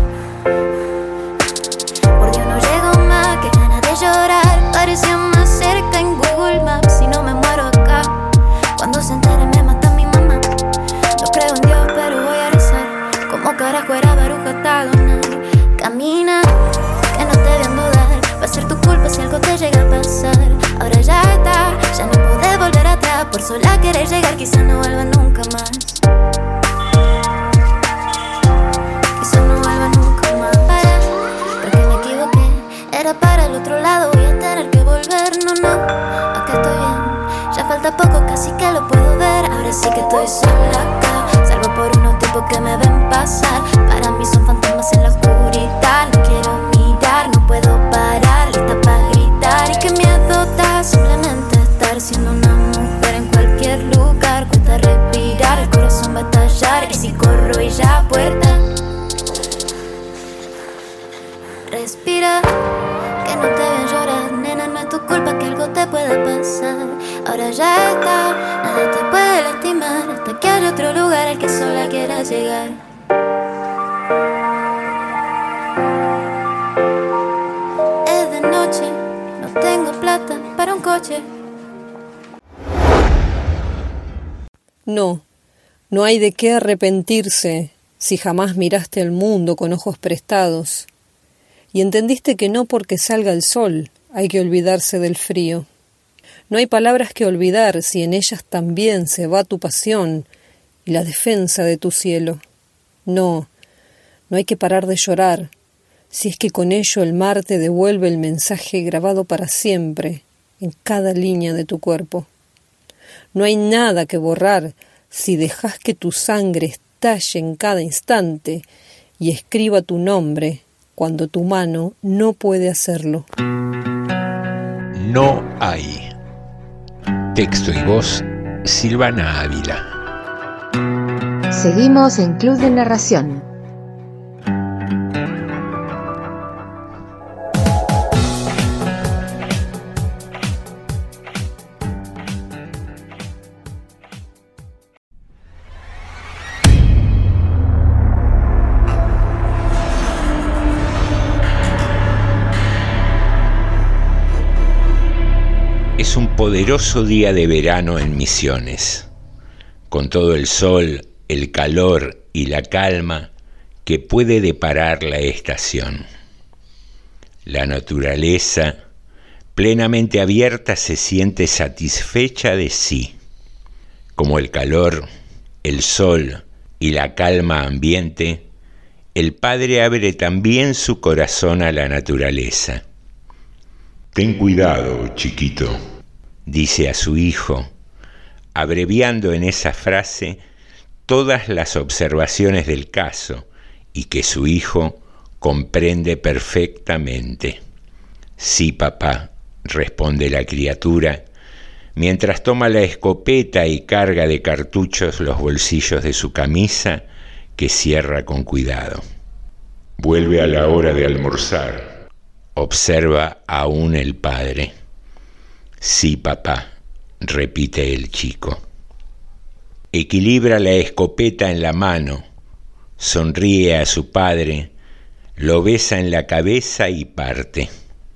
Por Dios no llego más, que ganas de llorar, parecía más cerca en Google Maps. Si no me muero acá, cuando se entere me mata mi mamá. No creo en Dios, pero voy a rezar, como carajo era Baruch Adonai. Camina, que no te vean dudar, va a ser tu culpa si algo te llega a pasar. Ahora ya está, ya no podés volver atrás, por sola querer llegar, quizá no vuelva nunca más. Quizá no vuelva nunca más. Para, creo que me equivoqué, era para el otro lado, voy a tener que volver. No, no, acá estoy bien, ya falta poco, casi que lo puedo ver. Ahora sí que estoy sola acá, salvo por unos tipos que me ven pasar. Para mí son fantasmas en la oscuridad, no quiero mirar, no puedo parar, lista para gritar. Y qué miedo da simplemente estar siendo una mujer en cualquier lugar. Cuesta respirar, el corazón va a estallar, y si corro y ya puerta. Respira, que no te vean llorar, nena, no es tu culpa que algo te pueda pasar. Ahora ya está, nada te puede lastimar, hasta que haya otro lugar al que sola quieras llegar. Es de noche, no tengo plata para un coche. No, no hay de qué arrepentirse si jamás miraste el mundo con ojos prestados y entendiste que no porque salga el sol hay que olvidarse del frío. No hay palabras que olvidar si en ellas también se va tu pasión y la defensa de tu cielo. No, no hay que parar de llorar, si es que con ello el mar te devuelve el mensaje grabado para siempre en cada línea de tu cuerpo. No hay nada que borrar si dejas que tu sangre estalle en cada instante y escriba tu nombre cuando tu mano no puede hacerlo. No hay. Texto y voz, Silvana Ávila. Seguimos en Club de Narración. Es un poderoso día de verano en Misiones, con todo el sol, el calor y la calma que puede deparar la estación. La naturaleza, plenamente abierta, se siente satisfecha de sí, como el calor, el sol y la calma ambiente el padre abre también su corazón a la naturaleza. Ten cuidado, chiquito, dice a su hijo, abreviando en esa frase todas las observaciones del caso y que su hijo comprende perfectamente. Sí, papá, responde la criatura, mientras toma la escopeta y carga de cartuchos los bolsillos de su camisa, que cierra con cuidado. Vuelve a la hora de almorzar, observa aún el padre. Sí, papá, repite el chico. Equilibra la escopeta en la mano, sonríe a su padre, lo besa en la cabeza y parte.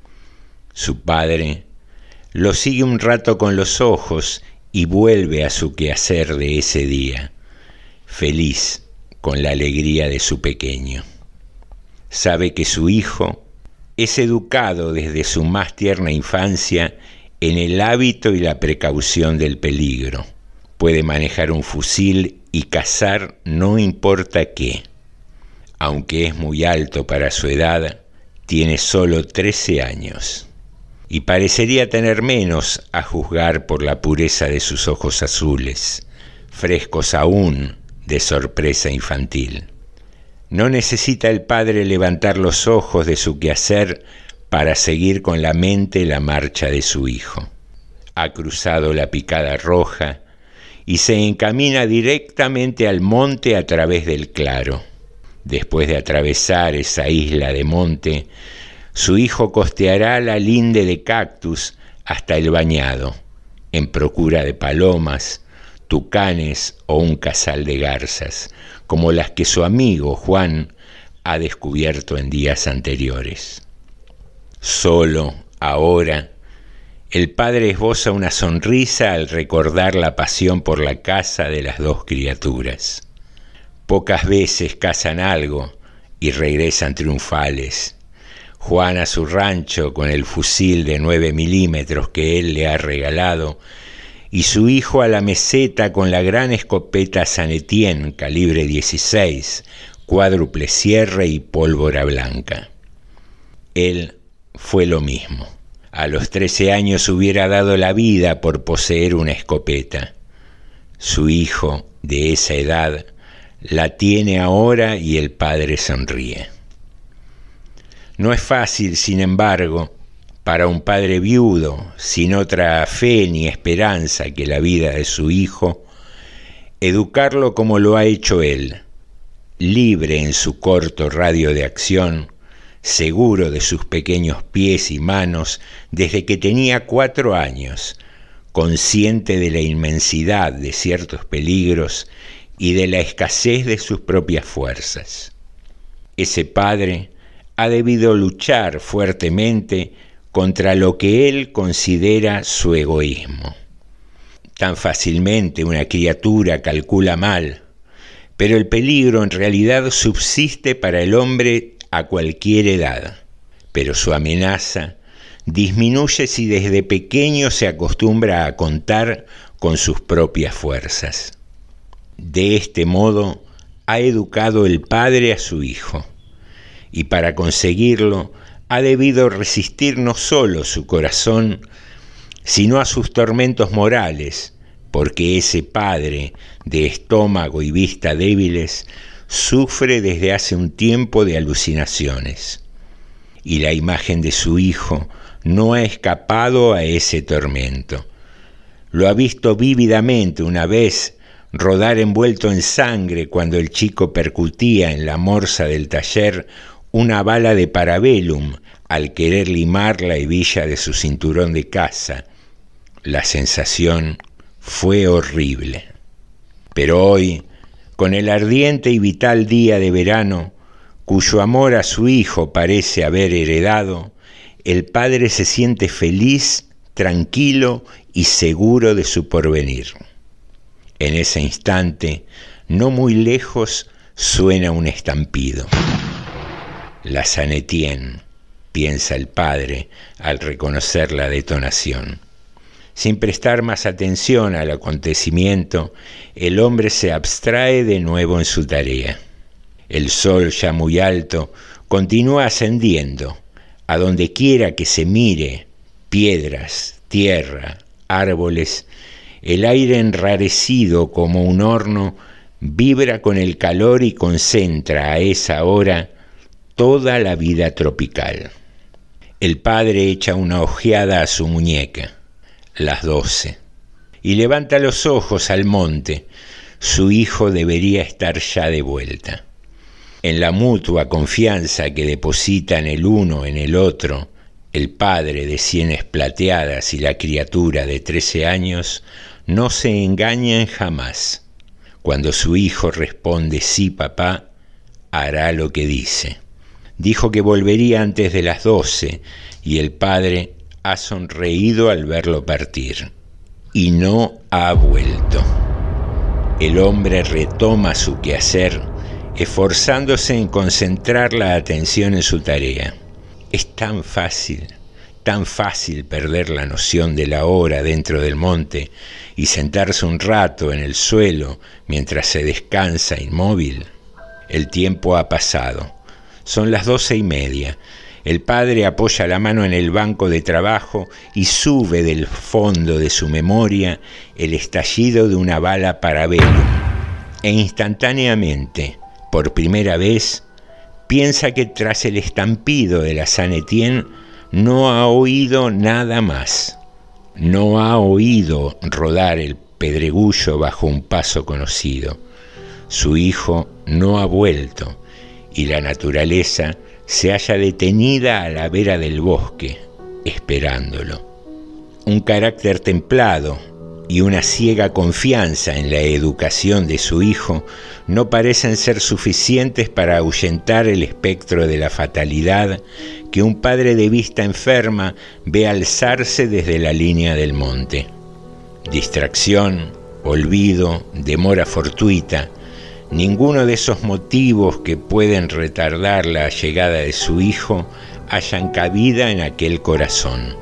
Su padre lo sigue un rato con los ojos y vuelve a su quehacer de ese día, feliz con la alegría de su pequeño. Sabe que su hijo es educado desde su más tierna infancia en el hábito y la precaución del peligro. Puede manejar un fusil y cazar no importa qué. Aunque es muy alto para su edad, tiene solo trece años. Y parecería tener menos a juzgar por la pureza de sus ojos azules, frescos aún de sorpresa infantil. No necesita el padre levantar los ojos de su quehacer para seguir con la mente la marcha de su hijo. Ha cruzado la picada roja y se encamina directamente al monte a través del claro. Después de atravesar esa isla de monte, su hijo costeará la linde de cactus hasta el bañado, en procura de palomas, tucanes o un casal de garzas, como las que su amigo Juan ha descubierto en días anteriores. Solo, ahora, el padre esboza una sonrisa al recordar la pasión por la caza de las dos criaturas. Pocas veces cazan algo y regresan triunfales. Juan a su rancho con el fusil de nueve milímetros que él le ha regalado, y su hijo a la meseta con la gran escopeta San Etienne calibre dieciséis, cuádruple cierre y pólvora blanca. Él fue lo mismo. A los trece años hubiera dado la vida por poseer una escopeta. Su hijo, de esa edad, la tiene ahora y el padre sonríe. No es fácil, sin embargo, para un padre viudo, sin otra fe ni esperanza que la vida de su hijo, educarlo como lo ha hecho él, libre en su corto radio de acción, seguro de sus pequeños pies y manos desde que tenía cuatro años, consciente de la inmensidad de ciertos peligros y de la escasez de sus propias fuerzas. Ese padre ha debido luchar fuertemente contra lo que él considera su egoísmo. Tan fácilmente una criatura calcula mal, pero el peligro en realidad subsiste para el hombre a cualquier edad, pero su amenaza disminuye si desde pequeño se acostumbra a contar con sus propias fuerzas. De este modo ha educado el padre a su hijo, y para conseguirlo ha debido resistir no solo su corazón, sino a sus tormentos morales, porque ese padre de estómago y vista débiles sufre desde hace un tiempo de alucinaciones, y la imagen de su hijo no ha escapado a ese tormento. Lo ha visto vívidamente una vez rodar envuelto en sangre cuando el chico percutía en la morsa del taller una bala de parabellum al querer limar la hebilla de su cinturón de caza. La sensación fue horrible. Pero hoy, con el ardiente y vital día de verano, cuyo amor a su hijo parece haber heredado, el padre se siente feliz, tranquilo y seguro de su porvenir. En ese instante, no muy lejos, suena un estampido. La San Etienne, piensa el padre al reconocer la detonación. Sin prestar más atención al acontecimiento, el hombre se abstrae de nuevo en su tarea. El sol, ya muy alto, continúa ascendiendo. A donde quiera que se mire, piedras, tierra, árboles, el aire enrarecido como un horno vibra con el calor y concentra a esa hora toda la vida tropical. El padre echa una ojeada a su muñeca, las doce, y levanta los ojos al monte. Su hijo debería estar ya de vuelta. En la mutua confianza que depositan el uno en el otro, el padre de sienes plateadas y la criatura de trece años no se engañan jamás. Cuando su hijo responde sí, papá, hará lo que dice. Dijo que volvería antes de las doce y el padre ha sonreído al verlo partir. Y no ha vuelto. El hombre retoma su quehacer, esforzándose en concentrar la atención en su tarea. Es tan fácil, tan fácil perder la noción de la hora dentro del monte y sentarse un rato en el suelo mientras se descansa inmóvil. El tiempo ha pasado. Son las doce y media. El padre apoya la mano en el banco de trabajo y sube del fondo de su memoria el estallido de una bala Parabellum. E instantáneamente, por primera vez, piensa que tras el estampido de la San Etienne no ha oído nada más. No ha oído rodar el pedregullo bajo un paso conocido. Su hijo no ha vuelto y la naturaleza se halla detenida a la vera del bosque, esperándolo. Un carácter templado y una ciega confianza en la educación de su hijo no parecen ser suficientes para ahuyentar el espectro de la fatalidad que un padre de vista enferma ve alzarse desde la línea del monte. Distracción, olvido, demora fortuita, ninguno de esos motivos que pueden retardar la llegada de su hijo hallan cabida en aquel corazón.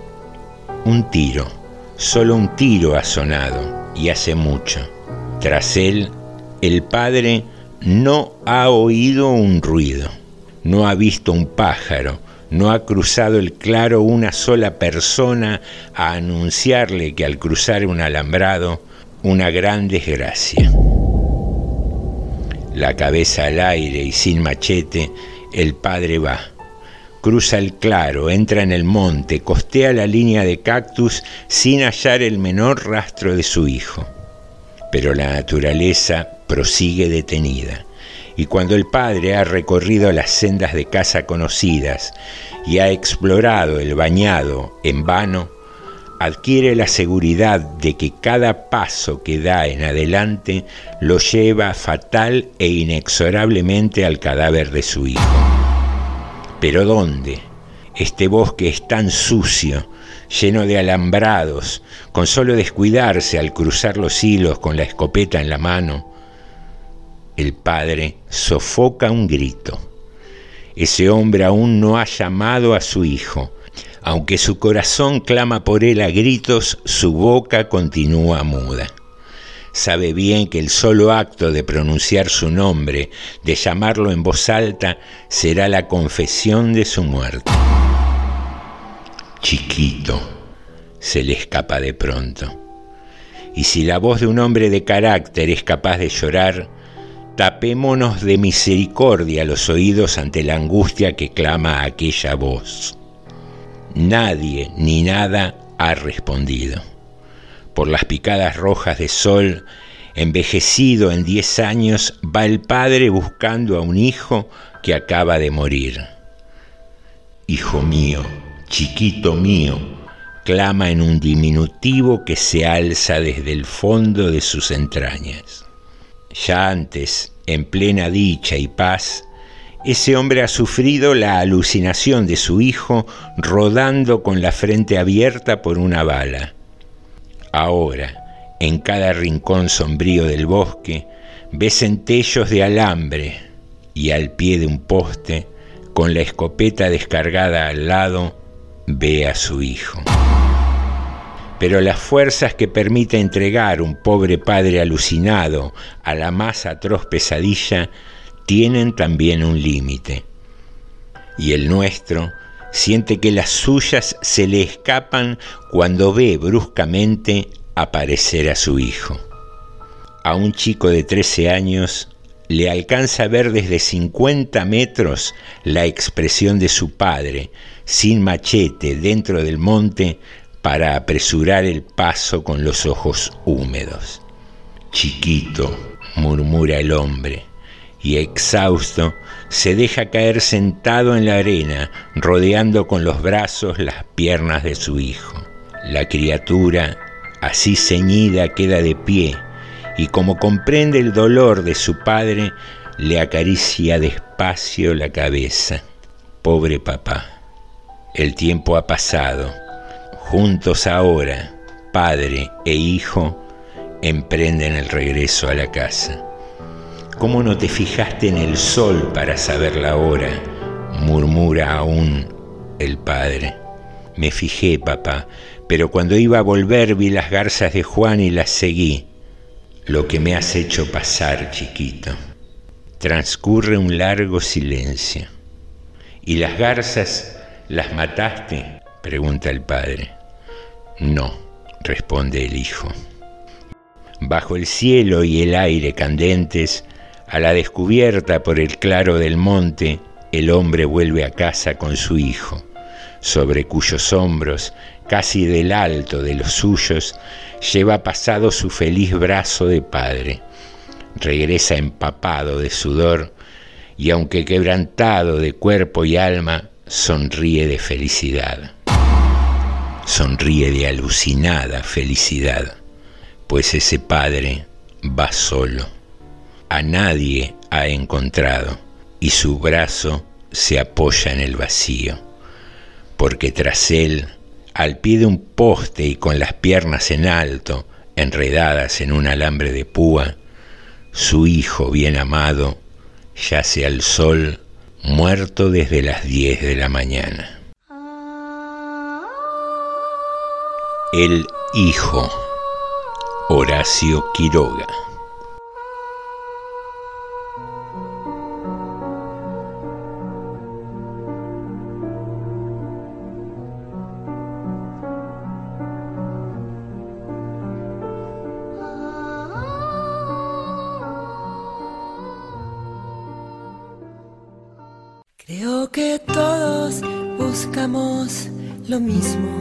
Un tiro, solo un tiro ha sonado, y hace mucho. Tras él, el padre no ha oído un ruido, no ha visto un pájaro, no ha cruzado el claro una sola persona a anunciarle que al cruzar un alambrado, una gran desgracia. La cabeza al aire y sin machete, el padre va. Cruza el claro, entra en el monte, costea la línea de cactus sin hallar el menor rastro de su hijo. Pero la naturaleza prosigue detenida, y cuando el padre ha recorrido las sendas de casa conocidas y ha explorado el bañado en vano, adquiere la seguridad de que cada paso que da en adelante lo lleva fatal e inexorablemente al cadáver de su hijo. ¿Pero dónde? Este bosque es tan sucio, lleno de alambrados, con solo descuidarse al cruzar los hilos con la escopeta en la mano. El padre sofoca un grito. Ese hombre aún no ha llamado a su hijo. Aunque su corazón clama por él a gritos, su boca continúa muda. Sabe bien que el solo acto de pronunciar su nombre, de llamarlo en voz alta, será la confesión de su muerte. Chiquito, se le escapa de pronto. Y si la voz de un hombre de carácter es capaz de llorar, tapémonos de misericordia los oídos ante la angustia que clama aquella voz. Nadie ni nada ha respondido. Por las picadas rojas de sol, envejecido en diez años, va el padre buscando a un hijo que acaba de morir. Hijo mío, chiquito mío, clama en un diminutivo que se alza desde el fondo de sus entrañas. Ya antes, en plena dicha y paz, ese hombre ha sufrido la alucinación de su hijo rodando con la frente abierta por una bala. Ahora, en cada rincón sombrío del bosque, ve centellos de alambre y al pie de un poste, con la escopeta descargada al lado, ve a su hijo. Pero las fuerzas que permite entregar un pobre padre alucinado a la más atroz pesadilla tienen también un límite. Y el nuestro siente que las suyas se le escapan cuando ve bruscamente aparecer a su hijo. A un chico de trece años le alcanza a ver desde cincuenta metros la expresión de su padre, sin machete, dentro del monte, para apresurar el paso con los ojos húmedos. Chiquito, murmura el hombre, y exhausto se deja caer sentado en la arena, rodeando con los brazos las piernas de su hijo. La criatura, así ceñida, queda de pie, y como comprende el dolor de su padre, le acaricia despacio la cabeza. Pobre papá, el tiempo ha pasado. Juntos ahora, padre e hijo, emprenden el regreso a la casa. ¿Cómo no te fijaste en el sol para saber la hora?, murmura aún el padre. Me fijé, papá, pero cuando iba a volver vi las garzas de Juan y las seguí. Lo que me has hecho pasar, chiquito. Transcurre un largo silencio. ¿Y las garzas las mataste?, pregunta el padre. No, responde el hijo. Bajo el cielo y el aire candentes, a la descubierta por el claro del monte, el hombre vuelve a casa con su hijo, sobre cuyos hombros, casi del alto de los suyos, lleva pasado su feliz brazo de padre. Regresa empapado de sudor y, aunque quebrantado de cuerpo y alma, sonríe de felicidad. Sonríe de alucinada felicidad, pues ese padre va solo. A nadie ha encontrado y su brazo se apoya en el vacío, porque tras él, al pie de un poste y con las piernas en alto, enredadas en un alambre de púa, su hijo bien amado yace al sol, muerto desde las diez de la mañana. El hijo, Horacio Quiroga. Creo que todos buscamos lo mismo.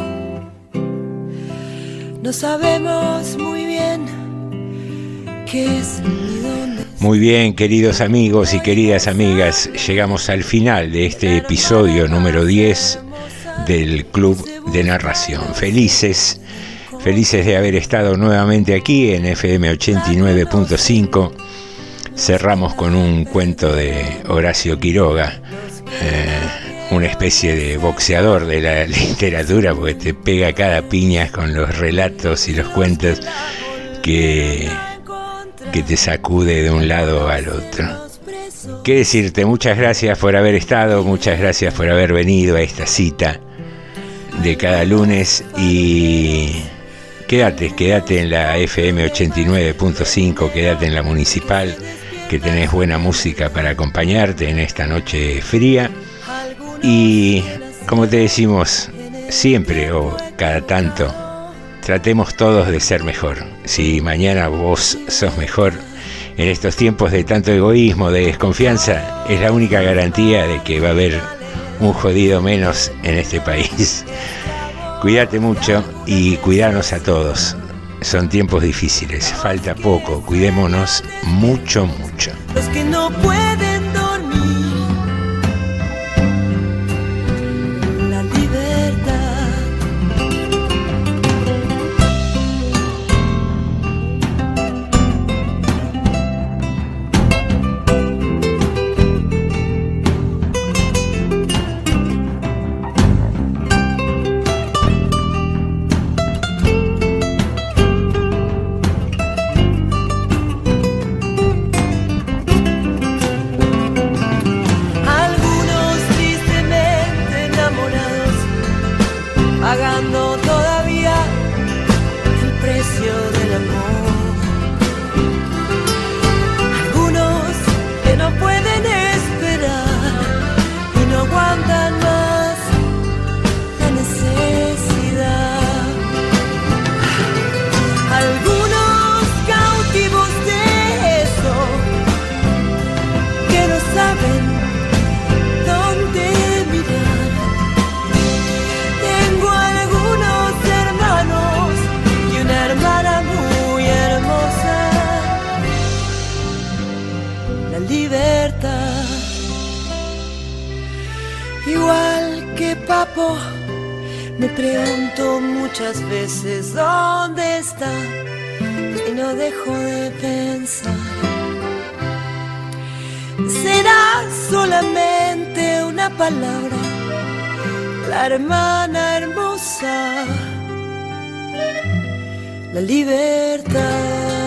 No sabemos muy bien qué es ni dónde. Muy bien, queridos amigos y queridas amigas, llegamos al final de este episodio número diez del Club de Narración. Felices, felices de haber estado nuevamente aquí en F M ochenta y nueve punto cinco. Cerramos con un cuento de Horacio Quiroga, eh, una especie de boxeador de la literatura, porque te pega cada piña con los relatos y los cuentos que, que te sacude de un lado al otro. ¿Qué decirte? Muchas gracias por haber estado, muchas gracias por haber venido a esta cita de cada lunes y quédate, quédate en la F M ochenta y nueve punto cinco, quédate en la municipal, que tenés buena música para acompañarte en esta noche fría. Y como te decimos siempre o cada tanto, tratemos todos de ser mejor. Si mañana vos sos mejor, en estos tiempos de tanto egoísmo, de desconfianza, es la única garantía de que va a haber un jodido menos en este país. Cuídate mucho y cuidanos a todos. Son tiempos difíciles, falta poco, cuidémonos mucho, mucho. Los que no pueden dormir, la libertad. tiempo me pregunto muchas veces dónde está y no dejo de pensar. Será solamente una palabra, la hermana hermosa, la libertad.